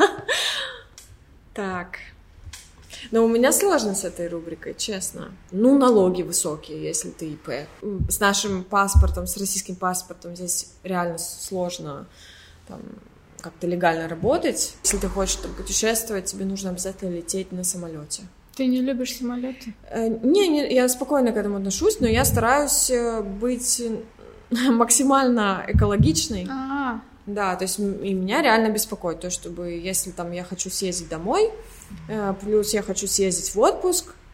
Так. Но у меня сложно с этой рубрикой, честно. Ну, налоги высокие, если ты ИП. С нашим паспортом, с российским паспортом здесь реально сложно там как-то легально работать. Если ты хочешь там путешествовать, тебе нужно обязательно лететь на самолете. Ты не любишь самолеты? Не, не, я спокойно к этому отношусь, но я стараюсь быть максимально экологичной. А-а-а. Да, то есть и меня реально беспокоит то, чтобы если там я хочу съездить домой, плюс я хочу съездить в отпуск,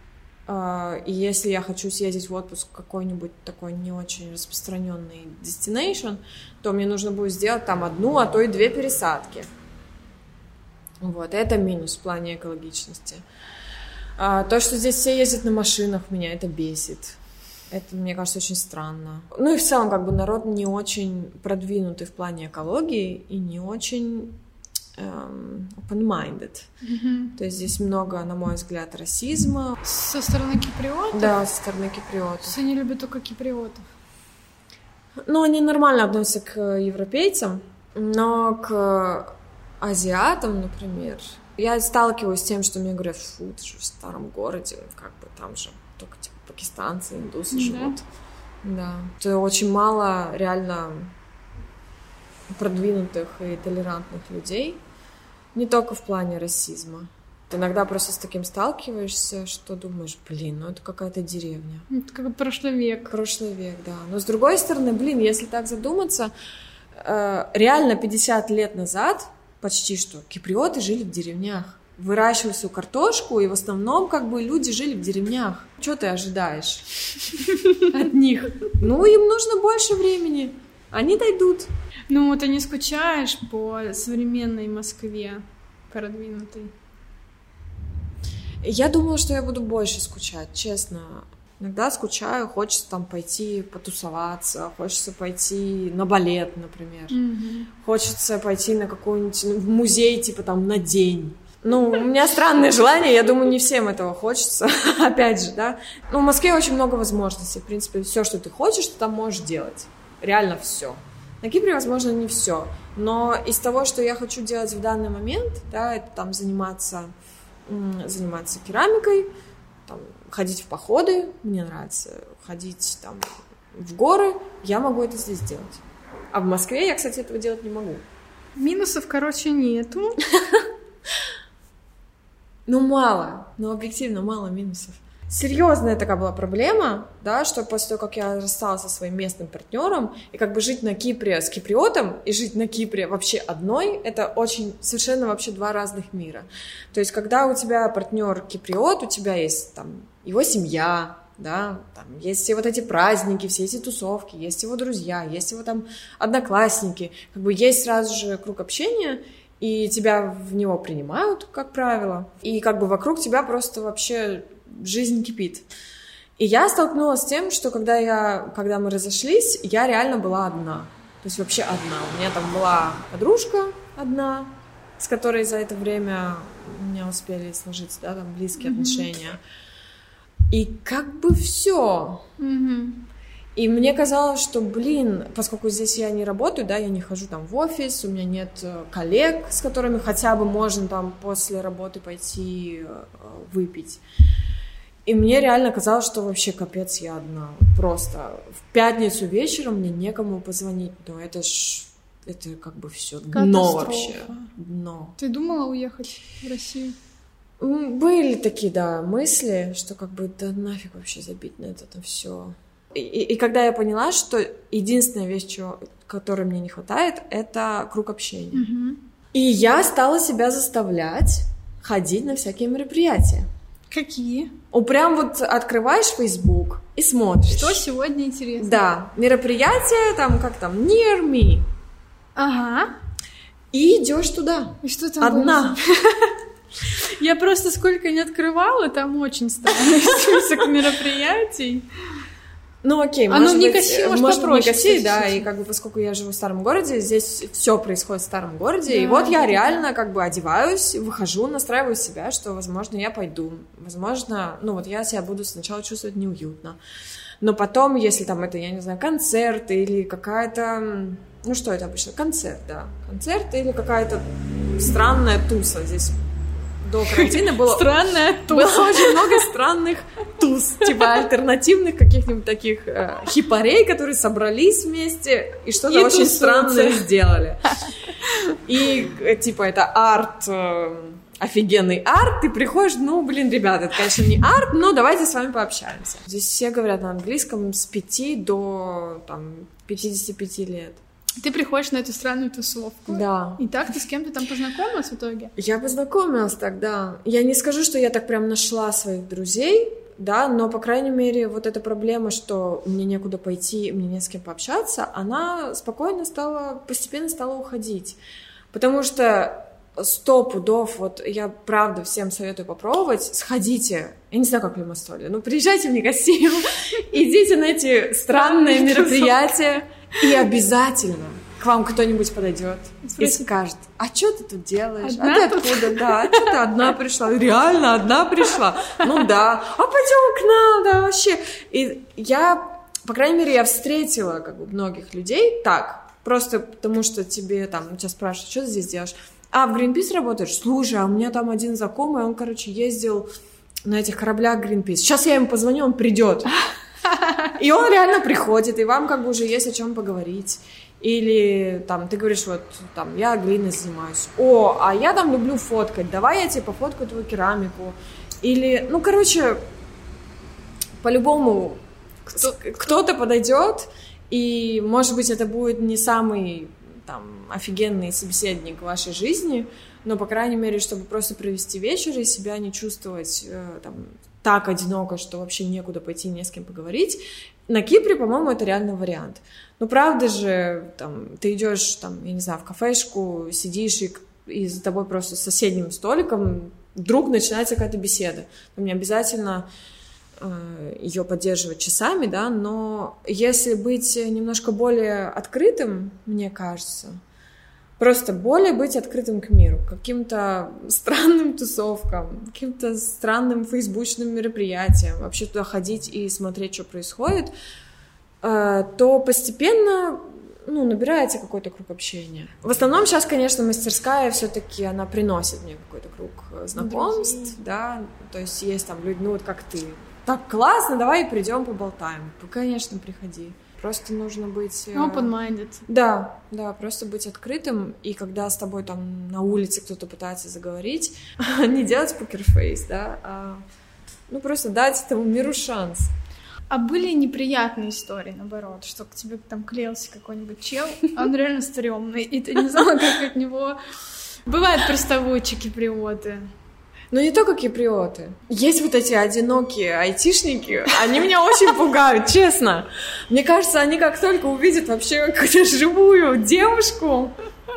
И если я хочу съездить в отпуск в какой-нибудь такой не очень распространенный destination, то мне нужно будет сделать там одну, а то и две пересадки. Вот, это минус в плане экологичности. То, что здесь все ездят на машинах, меня это бесит. Это, мне кажется, очень странно. Ну и в целом, как бы, народ не очень продвинутый в плане экологии и не очень эм, open-minded. Mm-hmm. То есть здесь много, на мой взгляд, расизма. Со стороны киприотов? Да, со стороны киприотов. То есть они любят только киприотов? Ну, они нормально относятся к европейцам, но к азиатам, например, я сталкиваюсь с тем, что мне говорят: фу, ты же в старом городе, как бы там же только типа пакистанцы, индусы, да, живут. Да. Это очень мало реально продвинутых и толерантных людей, не только в плане расизма. Ты иногда просто с таким сталкиваешься, что думаешь: блин, ну это какая-то деревня. Это как прошлый век. Прошлый век, да. Но с другой стороны, блин, если так задуматься, реально пятьдесят лет назад почти что киприоты жили в деревнях. Выращивали свою картошку, и в основном как бы люди жили в деревнях. Что ты ожидаешь от них? Ну, им нужно больше времени. Они дойдут. Ну, ты не скучаешь по современной Москве, продвинутой? Я думала, что я буду больше скучать, честно. Иногда скучаю, хочется там пойти потусоваться, хочется пойти на балет, например. Mm-hmm. Хочется пойти на какой-нибудь в музей, типа там на день. Ну, у меня странные желания, я думаю, не всем этого хочется, опять же, да. Ну, в Москве очень много возможностей, в принципе, все, что ты хочешь, ты там можешь делать. Реально все. На Кипре, возможно, не все, но из того, что я хочу делать в данный момент, да, это там заниматься, заниматься керамикой, там, ходить в походы, мне нравится ходить там в горы, я могу это здесь делать. А в Москве я, кстати, этого делать не могу. Минусов, короче, нету. Ну, мало, ну, объективно, мало минусов. Серьезная такая была проблема, да, что после того, как я рассталась со своим местным партнером, и как бы жить на Кипре с киприотом и жить на Кипре вообще одной, это очень, совершенно вообще два разных мира. То есть, когда у тебя партнер киприот, у тебя есть там его семья, да, там есть все вот эти праздники, все эти тусовки, есть его друзья, есть его там одноклассники, как бы есть сразу же круг общения, и тебя в него принимают, как правило, и как бы вокруг тебя просто вообще жизнь кипит. И я столкнулась с тем, что когда, я, когда мы разошлись, я реально была одна. То есть вообще одна. У меня там была подружка одна, с которой за это время у меня успели сложиться, да, там близкие mm-hmm. отношения. И как бы все. Mm-hmm. И мне казалось, что, блин, поскольку здесь я не работаю, да, я не хожу там в офис, у меня нет коллег, с которыми хотя бы можно там после работы пойти выпить. И мне реально казалось, что вообще капец, я одна. Просто в пятницу вечером мне некому позвонить. Но это ж, это как бы все дно вообще. Дно. Ты думала уехать в Россию? Были такие, да, мысли, что как бы да нафиг вообще забить на это все. И, и, и когда я поняла, что единственная вещь, чего, которой мне не хватает, это круг общения. Угу. И я стала себя заставлять ходить на всякие мероприятия. Какие? О, прям вот открываешь Facebook и смотришь. Что сегодня интересно? Да, мероприятие, там, как там, Near Me. Ага. И идешь туда. И что там одна. Я просто сколько не открывала, там очень странный список мероприятий. Ну окей, Оно может в быть, Никосии, может, может попроще, в Никосии, кстати, да, кстати. И как бы поскольку я живу в старом городе, здесь все происходит в старом городе, Да, и вот я да. реально как бы одеваюсь, выхожу, настраиваю себя, что, возможно, я пойду, возможно, ну вот я себя буду сначала чувствовать неуютно, но потом, если там это, я не знаю, концерт или какая-то, ну что это обычно, концерт, да, концерт или какая-то странная туса здесь. До карантина было, Странная туса. было очень много странных туз, типа альтернативных каких-нибудь таких э, хипарей, которые собрались вместе и что-то И очень тусуются. странное сделали. И э, типа это арт, э, офигенный арт, ты приходишь, ну, блин, ребята, это, конечно, не арт, но давайте с вами пообщаемся. Здесь все говорят на английском с пяти до там, пятидесяти пяти лет. Ты приходишь на эту странную тусовку. Да. И так ты с кем-то там познакомилась в итоге? Я познакомилась тогда. Я не скажу, что я так прям нашла своих друзей. да, но, по крайней мере, вот эта проблема, что мне некуда пойти, мне не с кем пообщаться, она спокойно стала, постепенно стала уходить. Потому что сто пудов, вот я правда всем советую попробовать, сходите, я не знаю, как в Лимассоле, ну, приезжайте в Никосию, идите на эти странные мероприятия, и обязательно к вам кто-нибудь подойдет и скажет: а что ты тут делаешь? Одна а ты тут? откуда? Да, а что ты одна пришла? Реально одна пришла? Ну да. А пойдем к нам, да, вообще. И я, по крайней мере, я встретила как бы многих людей так, просто потому что тебе там, тебя спрашивают: что ты здесь делаешь? А, в Greenpeace работаешь? Слушай, а у меня там один знакомый, он, короче, ездил на этих кораблях Greenpeace. Сейчас я ему позвоню, он придет. И он реально приходит, и вам как бы уже есть о чем поговорить. Или там ты говоришь: вот там я глиной занимаюсь. О, а я там люблю фоткать. Давай я тебе пофоткаю твою керамику. Или, ну, короче, по-любому Кто... кто-то подойдет, и, может быть, это будет не самый там офигенный собеседник в вашей жизни, но, по крайней мере, чтобы просто провести вечер и себя не чувствовать э, там так одиноко, что вообще некуда пойти, не с кем поговорить. На Кипре, по-моему, это реальный вариант. Ну, правда же, там, ты идешь, там, я не знаю, в кафешку, сидишь, и, и за тобой просто с соседним столиком вдруг начинается какая-то беседа. Не обязательно э, ее поддерживать часами, да, но если быть немножко более открытым, мне кажется, просто более быть открытым к миру, к каким-то странным тусовкам, каким-то странным фейсбучным мероприятиям, вообще туда ходить и смотреть, что происходит, то постепенно, ну, набирается какой-то круг общения. В основном сейчас, конечно, мастерская все-таки она приносит мне какой-то круг знакомств, Друзей. Да, то есть есть там люди, ну вот как ты, так классно, давай придем поболтаем. Конечно, приходи. Просто нужно быть... Open-minded. Да, да, просто быть открытым, и когда с тобой там на улице кто-то пытается заговорить, не делать покерфейс, да, а ну просто дать этому миру шанс. А были неприятные истории, наоборот, что к тебе там клеился какой-нибудь чел, а он реально стрёмный, и ты не знала, как от него... Бывают приставучие киприоты. Ну, не только киприоты. Есть вот эти одинокие айтишники, они меня очень пугают, честно. Мне кажется, они как только увидят вообще какую-то живую девушку,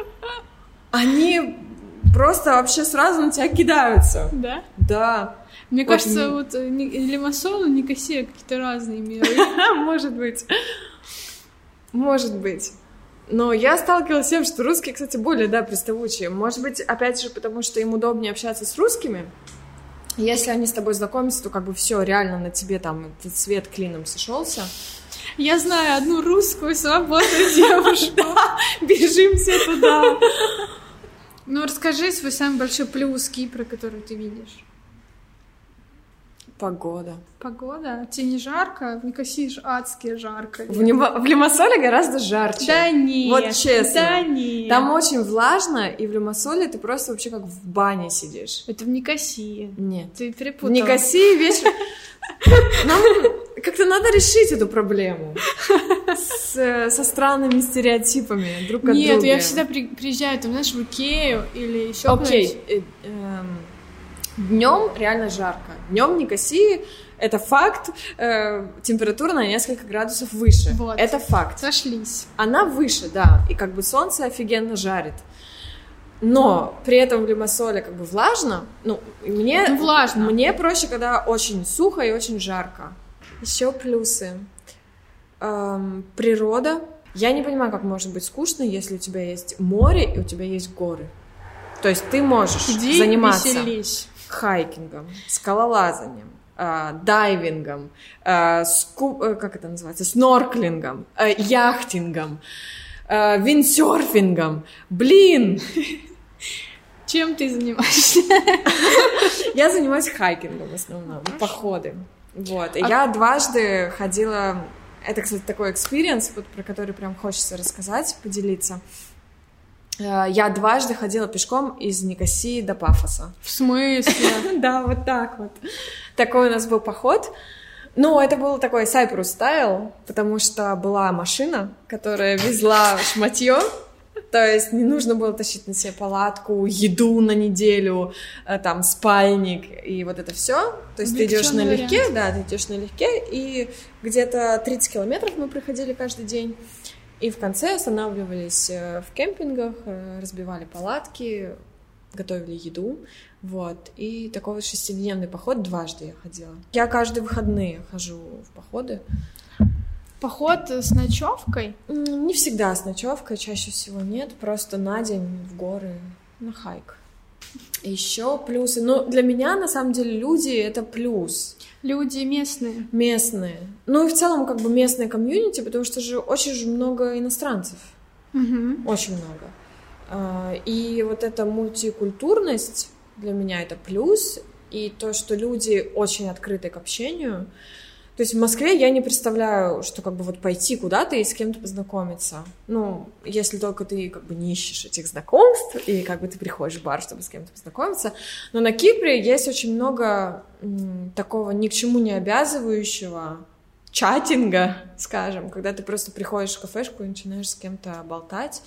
они просто вообще сразу на тебя кидаются. Да? Да. Мне вот кажется, не... вот Лимассол и Никосия какие-то разные миры. Может быть. Может быть. Но я сталкивалась с тем, что русские, кстати, более, да, приставучие. Может быть, опять же, потому что им удобнее общаться с русскими. Если они с тобой знакомятся, то как бы все реально на тебе там этот цвет клином сошелся. Я знаю одну русскую свободную девушку. Бежим все туда. Ну, расскажи свой самый большой плюс Кипра, который ты видишь. Погода. Погода? Тебе не жарко? В Никосии же адски жарко. В, Ним... в Лимассоле гораздо жарче. Да нет. Вот честно. Да нет. Там очень влажно, и в Лимассоле ты просто вообще как в бане сидишь. Это в Никосии. Нет. Ты перепутала. В Никосии вечер... Нам как-то надо решить эту проблему с, со странными стереотипами друг от Нет, друга. я всегда при, приезжаю, там, знаешь, в Икею или еще Окей. Okay. Эм, днем реально жарко. Днем в Никосии это факт. Э, температура на несколько градусов выше. Вот. Это факт. Сошлись. Она выше, да. И как бы солнце офигенно жарит. Но при этом в Лимассоле как бы влажно. Ну, мне, ну, влажно. Мне проще, когда очень сухо и очень жарко. Еще плюсы. Эм, природа. Я не понимаю, как может быть скучно, если у тебя есть море и у тебя есть горы. То есть ты можешь Иди заниматься веселись. хайкингом, скалолазанием, э, дайвингом, э, ску... э, как это называется, снорклингом, э, яхтингом, э, виндсерфингом. Блин! Чем ты занимаешься? Я занимаюсь хайкингом в основном, Хорошо. Походы. Вот. И а... я дважды ходила... Это, кстати, такой экспириенс, вот, про который прям хочется рассказать, поделиться. Я дважды ходила пешком из Никосии до Пафоса. В смысле? Да, вот так вот. Такой у нас был поход. Ну, это был такой Cyprus style, потому что была машина, которая везла шматье. То есть не нужно было тащить на себе палатку, еду на неделю, там, спальник и вот это все. То есть ты идешь налегке, вариант. Да, ты идешь налегке, и где-то тридцать километров мы проходили каждый день. И в конце останавливались в кемпингах, разбивали палатки, готовили еду. Вот. И такой вот шестидневный поход дважды я ходила. Я каждые выходные хожу в походы. Поход с ночевкой? Не всегда с ночевкой, чаще всего нет. Просто на день в горы, на хайк. Еще плюсы. Ну, для меня, на самом деле, люди — это плюс. Люди местные? Местные. Ну и в целом как бы местное комьюнити, потому что же очень же много иностранцев. Угу. Очень много. И вот эта мультикультурность для меня — это плюс. И то, что люди очень открыты к общению. То есть в Москве я не представляю, что как бы вот пойти куда-то и с кем-то познакомиться. Ну, если только ты как бы не ищешь этих знакомств, и как бы ты приходишь в бар, чтобы с кем-то познакомиться. Но на Кипре есть очень много м, такого ни к чему не обязывающего чатинга, скажем, когда ты просто приходишь в кафешку и начинаешь с кем-то болтать.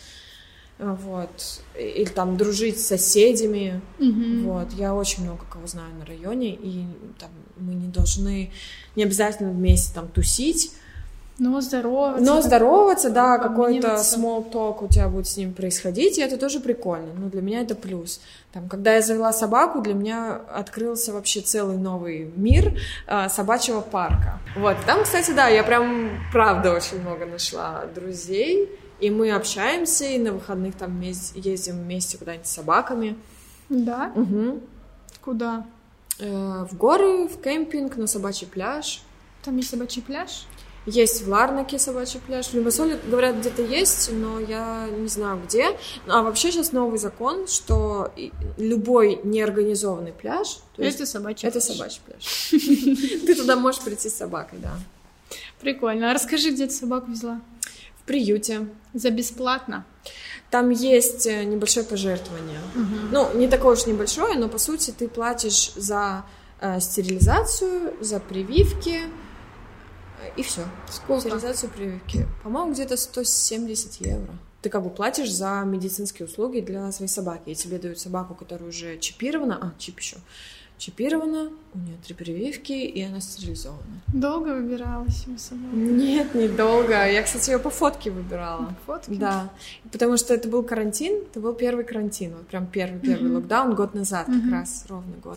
Вот, или там дружить с соседями, mm-hmm. вот, я очень много кого знаю на районе, и там мы не должны, не обязательно вместе там тусить, но здороваться, но здороваться, да, какой-то small talk у тебя будет с ним происходить, и это тоже прикольно, ну, для меня это плюс. Там, когда я завела собаку, для меня открылся вообще целый новый мир э, собачьего парка, вот, там, кстати, да, я прям, правда, очень много нашла друзей. И мы общаемся, и на выходных там ездим вместе куда-нибудь с собаками. Да? Угу. Куда? Э, в горы, в кемпинг, на собачий пляж. Там есть собачий пляж? Есть в Ларнаке собачий пляж. В Лимассоле, говорят, где-то есть, но я не знаю где. А вообще сейчас новый закон, что любой неорганизованный пляж... Это собачий пляж. Это собачий пляж. Ты туда можешь прийти с собакой, да. Прикольно. А расскажи, где ты собаку взяла? В приюте. За бесплатно? Там есть небольшое пожертвование. Угу. Ну, не такое уж небольшое, но, по сути, ты платишь за э, стерилизацию, за прививки, и все. Сколько? Стерилизацию, прививки. По-моему, где-то сто семьдесят евро. Ты как бы платишь за медицинские услуги для своей собаки. И тебе дают собаку, которая уже чипирована. А, чип еще. Чипирована, у нее три прививки, и она стерилизована. Долго выбирала себе собаку? Нет, недолго. Я, кстати, ее по фотке выбирала. По фотке? Да. Потому что это был карантин, это был первый карантин, вот прям первый-первый mm-hmm. локдаун, год назад mm-hmm. как раз, ровно год.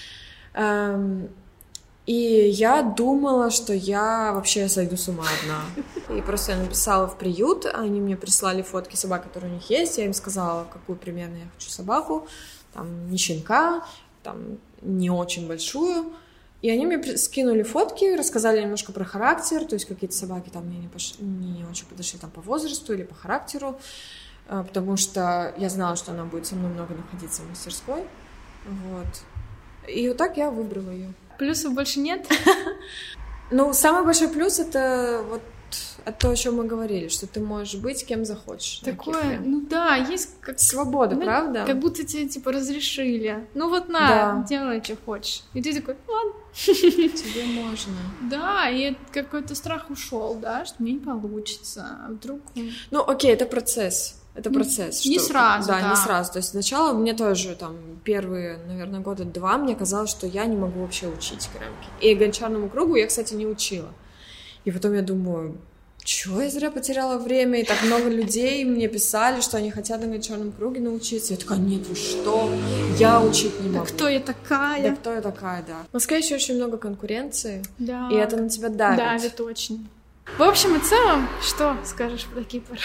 Эм, и я думала, что я вообще сойду с ума одна. И просто я написала в приют, они мне прислали фотки собак, которые у них есть, я им сказала, какую примерно я хочу собаку, там, не щенка, там, не очень большую, и они мне скинули фотки, рассказали немножко про характер, то есть какие-то собаки там мне не, пош... не очень подошли там по возрасту или по характеру, потому что я знала, что она будет со мной много находиться в мастерской, вот, и вот так я выбрала ее. Плюсов больше нет? Ну, самый большой плюс — это вот от того, о чем мы говорили, что ты можешь быть кем захочешь. Такое, ну да, есть как... Свобода, ну, правда? Как будто тебе, типа, разрешили. Ну вот на, да. Делай, что хочешь. И ты такой, ладно. Тебе можно. Да, и какой-то страх ушел, да, что мне не получится. А вдруг... Ну, окей, это процесс. Это процесс. Не что... сразу, да. Да, не сразу. То есть сначала мне тоже, там, первые, наверное, года два мне казалось, что я не могу вообще учить керамики. И гончарному кругу я, кстати, не учила. И потом я думаю... Чего я зря потеряла время, и так много людей мне писали, что они хотят на гончарном круге научиться. Я такая, нет, вы что? Я учить не могу. Да кто я такая? Да кто я такая, да. В Москве еще очень много конкуренции, да. И это на тебя давит. Давит очень. В общем и целом, что скажешь про Кипр?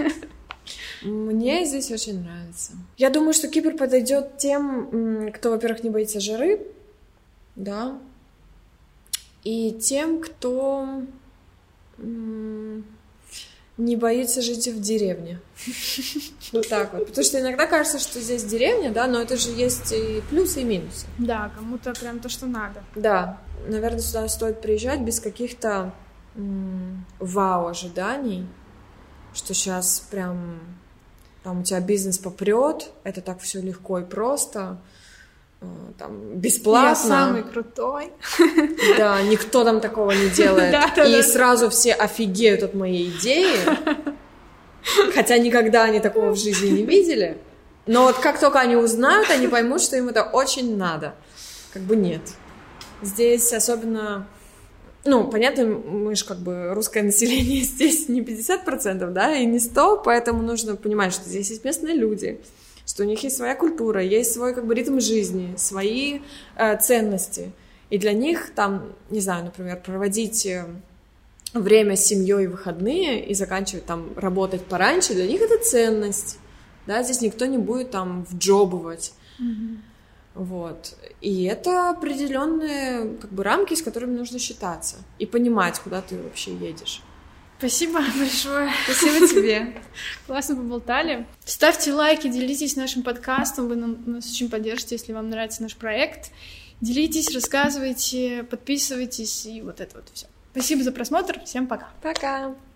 Мне здесь очень нравится. Я думаю, что Кипр подойдет тем, кто, во-первых, не боится жары, да, и тем, кто... не боится жить в деревне. Вот так вот. Потому что иногда кажется, что здесь деревня, да, но это же есть и плюсы, и минусы. Да, кому-то прям то, что надо. Да, наверное, сюда стоит приезжать без каких-то м- вау-ожиданий, что сейчас прям там у тебя бизнес попрет, это так все легко и просто. Там, бесплатно. Я самый крутой. Да, никто там такого не делает. Да, да, и да. сразу все офигеют от моей идеи. хотя никогда они такого в жизни не видели, но вот как только они узнают, они поймут, что им это очень надо. Как бы нет. Здесь особенно... Ну, понятно, мы же как бы русское население здесь не пятьдесят процентов, да, и не сто процентов, поэтому нужно понимать, что здесь есть местные люди, что у них есть своя культура, есть свой как бы ритм жизни, свои э, ценности. И для них там, не знаю, например, проводить время с семьей в выходные и заканчивать там работать пораньше, для них это ценность, да, здесь никто не будет там вджобывать. Mm-hmm. Вот. И это определенные как бы рамки, с которыми нужно считаться и понимать, куда ты вообще едешь. Спасибо большое. Спасибо тебе. Классно поболтали. Ставьте лайки, делитесь нашим подкастом, вы нам, нас очень поддержите, если вам нравится наш проект. Делитесь, рассказывайте, подписывайтесь и вот это вот все. Спасибо за просмотр, всем пока. Пока.